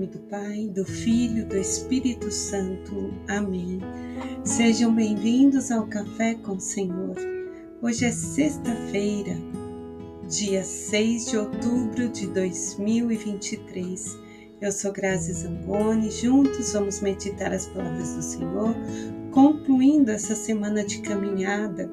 nome do Pai, do Filho e do Espírito Santo. Amém. Sejam bem-vindos ao Café com o Senhor. Hoje é sexta-feira, dia 6 de outubro de 2023. Eu sou Grazi Zamboni, juntos vamos meditar as palavras do Senhor, concluindo essa semana de caminhada,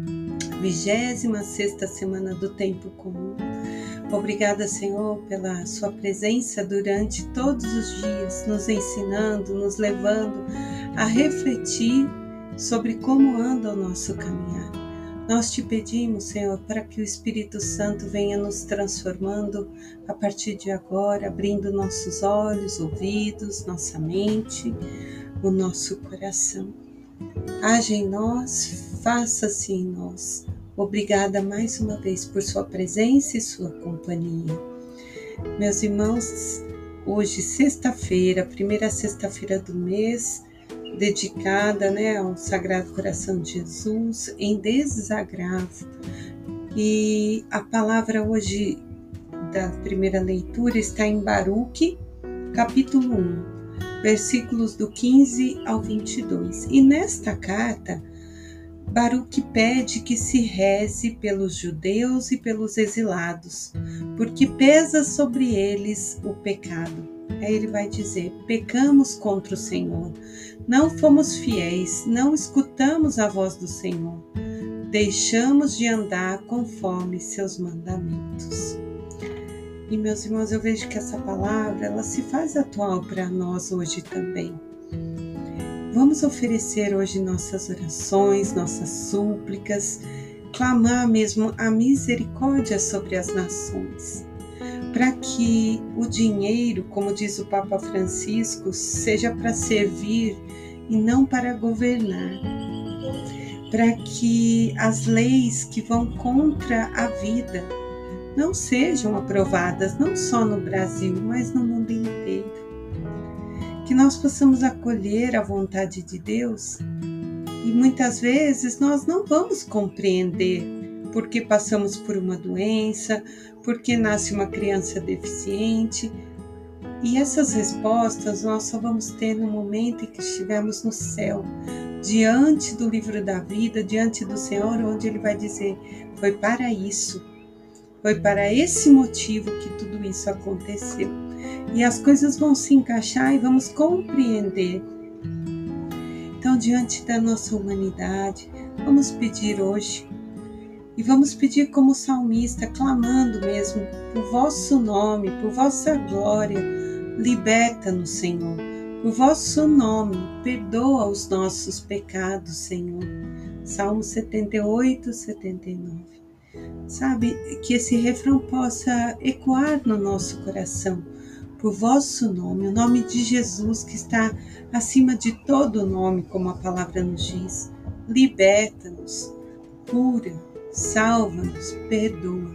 26ª semana do Tempo Comum. Obrigada, Senhor, pela sua presença durante todos os dias, nos ensinando, nos levando a refletir sobre como anda o nosso caminhar. Nós te pedimos, Senhor, para que o Espírito Santo venha nos transformando a partir de agora, abrindo nossos olhos, ouvidos, nossa mente, o nosso coração. Haja em nós, faça-se em nós. Obrigada mais uma vez por sua presença e sua companhia. Meus irmãos, hoje sexta-feira, primeira sexta-feira do mês, dedicada ao Sagrado Coração de Jesus, em desagravo. E a palavra hoje da primeira leitura está em Baruque, capítulo 1, versículos do 15 ao 22. E nesta carta, Baruque pede que se reze pelos judeus e pelos exilados, porque pesa sobre eles o pecado. Aí ele vai dizer: pecamos contra o Senhor, não fomos fiéis, não escutamos a voz do Senhor, deixamos de andar conforme seus mandamentos. E meus irmãos, eu vejo que essa palavra ela se faz atual para nós hoje também. Vamos oferecer hoje nossas orações, nossas súplicas, clamar mesmo a misericórdia sobre as nações, para que o dinheiro, como diz o Papa Francisco, seja para servir e não para governar, para que as leis que vão contra a vida não sejam aprovadas, não só no Brasil, mas no mundo inteiro. Que nós possamos acolher a vontade de Deus e muitas vezes nós não vamos compreender porque passamos por uma doença, porque nasce uma criança deficiente, e essas respostas nós só vamos ter no momento em que estivermos no céu, diante do livro da vida, diante do Senhor, onde Ele vai dizer: foi para isso, foi para esse motivo que tudo isso aconteceu. E as coisas vão se encaixar e vamos compreender. Então, diante da nossa humanidade, vamos pedir hoje, e vamos pedir como salmista, clamando mesmo, por vosso nome, por vossa glória, liberta-nos, Senhor. Por vosso nome, perdoa os nossos pecados, Senhor. Salmo 78, 79. Sabe, que esse refrão possa ecoar no nosso coração. Por vosso nome, o nome de Jesus, que está acima de todo nome, como a palavra nos diz. Liberta-nos, cura, salva-nos, perdoa.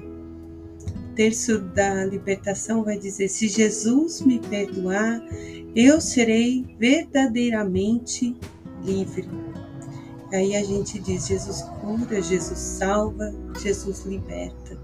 O terço da libertação vai dizer: se Jesus me perdoar, eu serei verdadeiramente livre. Aí a gente diz: Jesus cura, Jesus salva, Jesus liberta.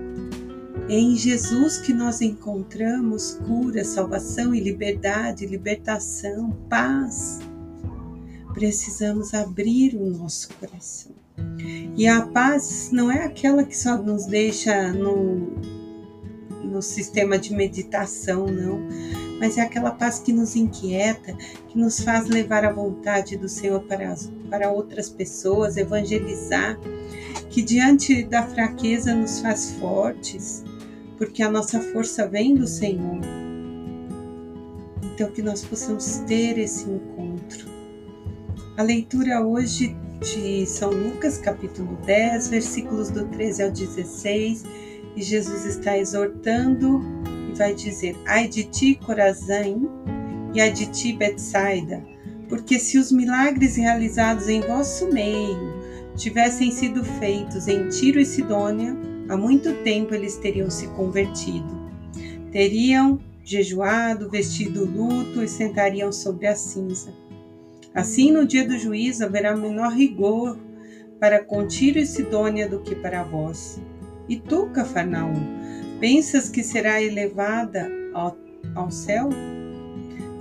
É em Jesus que nós encontramos cura, salvação e liberdade, libertação, paz. Precisamos abrir o nosso coração. E a paz não é aquela que só nos deixa no sistema de meditação, não. Mas é aquela paz que nos inquieta, que nos faz levar a vontade do Senhor para outras pessoas, evangelizar, que diante da fraqueza nos faz fortes, porque a nossa força vem do Senhor. Então, que nós possamos ter esse encontro. A leitura hoje de São Lucas, capítulo 10, versículos do 13 ao 16, e Jesus está exortando e vai dizer: ai de ti, Corazim, e ai de ti, Betsaida, porque se os milagres realizados em vosso meio tivessem sido feitos em Tiro e Sidônia, há muito tempo eles teriam se convertido. Teriam jejuado, vestido luto e sentariam sobre a cinza. Assim, no dia do juízo, haverá menor rigor para com Tiro e Sidônia do que para vós. E tu, Cafarnaum, pensas que será elevada ao céu?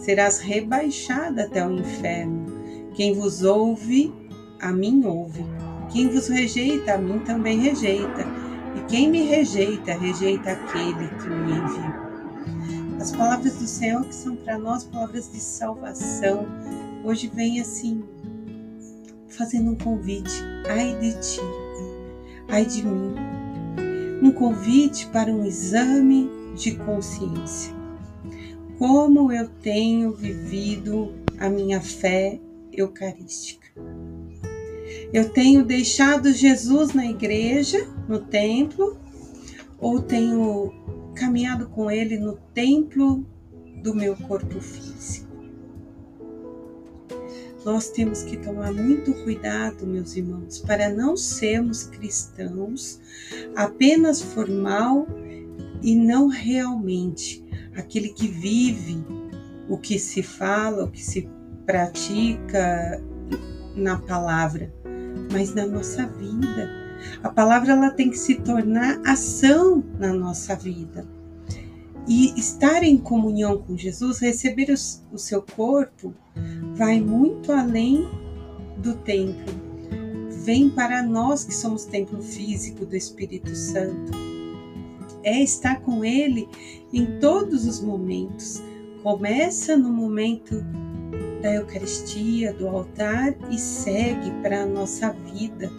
serás rebaixada até o inferno. Quem vos ouve, a mim ouve. Quem vos rejeita, a mim também rejeita. E quem me rejeita, rejeita aquele que me enviou. As palavras do Senhor que são para nós palavras de salvação, hoje vem assim, fazendo um convite. Ai de ti, ai de mim. Um convite para um exame de consciência. Como eu tenho vivido a minha fé eucarística? Eu tenho deixado Jesus na igreja, no templo, ou tenho caminhado com Ele no templo do meu corpo físico? Nós temos que tomar muito cuidado, meus irmãos, para não sermos cristãos apenas formal e não realmente aquele que vive o que se fala, o que se pratica na palavra, mas na nossa vida. A palavra ela tem que se tornar ação na nossa vida. E estar em comunhão com Jesus, receber o seu corpo, vai muito além do templo. Vem para nós que somos templo físico do Espírito Santo. É estar com Ele em todos os momentos. Começa no momento da Eucaristia, do altar, e segue para a nossa vida.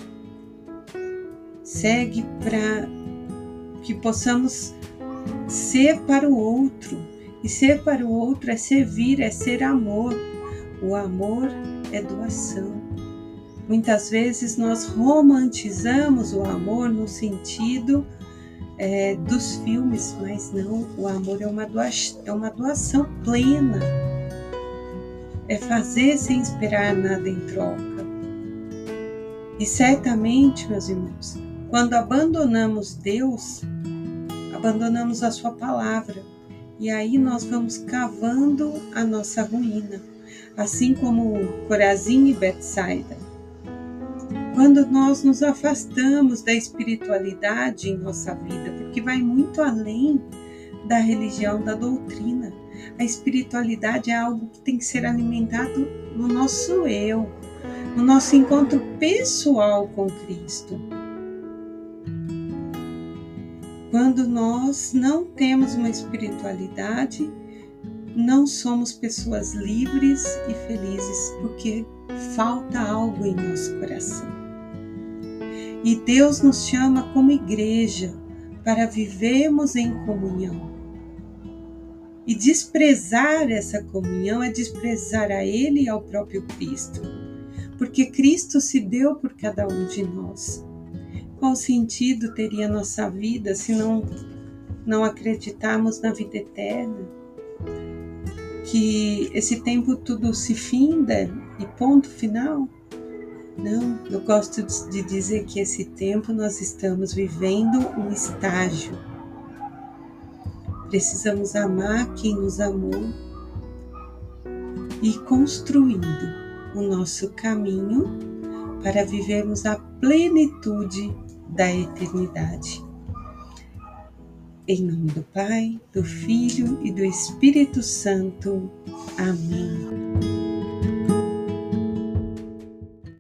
Segue para que possamos ser para o outro. E ser para o outro é servir, é ser amor. O amor é doação. Muitas vezes nós romantizamos o amor no sentido dos filmes, mas não, o amor é uma doação plena. É fazer sem esperar nada em troca. E certamente, meus irmãos, quando abandonamos Deus, abandonamos a sua palavra. E aí nós vamos cavando a nossa ruína. Assim como Corazim e Betsaida. Quando nós nos afastamos da espiritualidade em nossa vida, porque vai muito além da religião, da doutrina. A espiritualidade é algo que tem que ser alimentado no nosso eu, no nosso encontro pessoal com Cristo. Quando nós não temos uma espiritualidade, não somos pessoas livres e felizes, porque falta algo em nosso coração. E Deus nos chama como igreja para vivermos em comunhão. E desprezar essa comunhão é desprezar a Ele e ao próprio Cristo, porque Cristo se deu por cada um de nós. Qual sentido teria nossa vida se não acreditarmos na vida eterna? Que esse tempo tudo se finda e ponto final? Não, eu gosto de dizer que esse tempo nós estamos vivendo um estágio. Precisamos amar quem nos amou e construindo o nosso caminho para vivermos a plenitude da eternidade. Em nome do Pai, do Filho e do Espírito Santo. Amém.